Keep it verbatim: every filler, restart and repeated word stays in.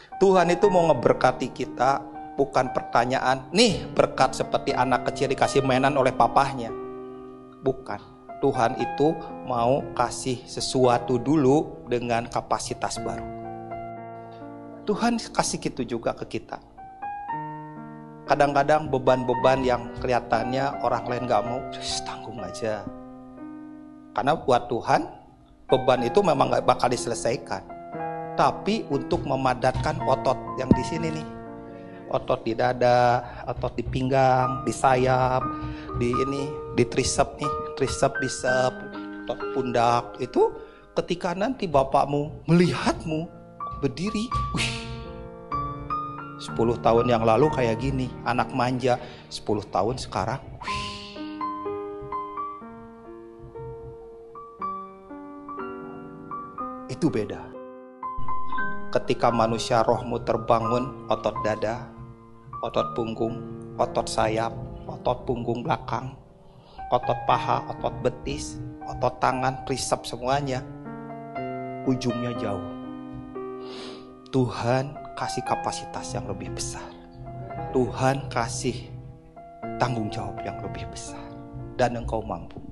Tuhan itu mau ngeberkati kita, bukan pertanyaan, nih berkat seperti anak kecil dikasih mainan oleh papahnya. Bukan. Tuhan itu mau kasih sesuatu dulu dengan kapasitas baru. Tuhan kasih gitu juga ke kita. Kadang-kadang beban-beban yang kelihatannya orang lain gak mau, tanggung aja. Karena buat Tuhan, beban itu memang gak bakal diselesaikan. Tapi untuk memadatkan otot yang di sini nih, otot di dada, otot di pinggang, di sayap, di ini, di tricep nih, tricep, bicep, otot pundak. Itu ketika nanti bapakmu melihatmu berdiri, wih, sepuluh tahun yang lalu kayak gini, anak manja, sepuluh tahun sekarang, wih. Itu beda. Ketika manusia rohmu terbangun, otot dada, otot punggung, otot sayap, otot punggung belakang, otot paha, otot betis, otot tangan, trisep semuanya, ujungnya jauh. Tuhan kasih kapasitas yang lebih besar. Tuhan kasih tanggung jawab yang lebih besar. Dan engkau mampu.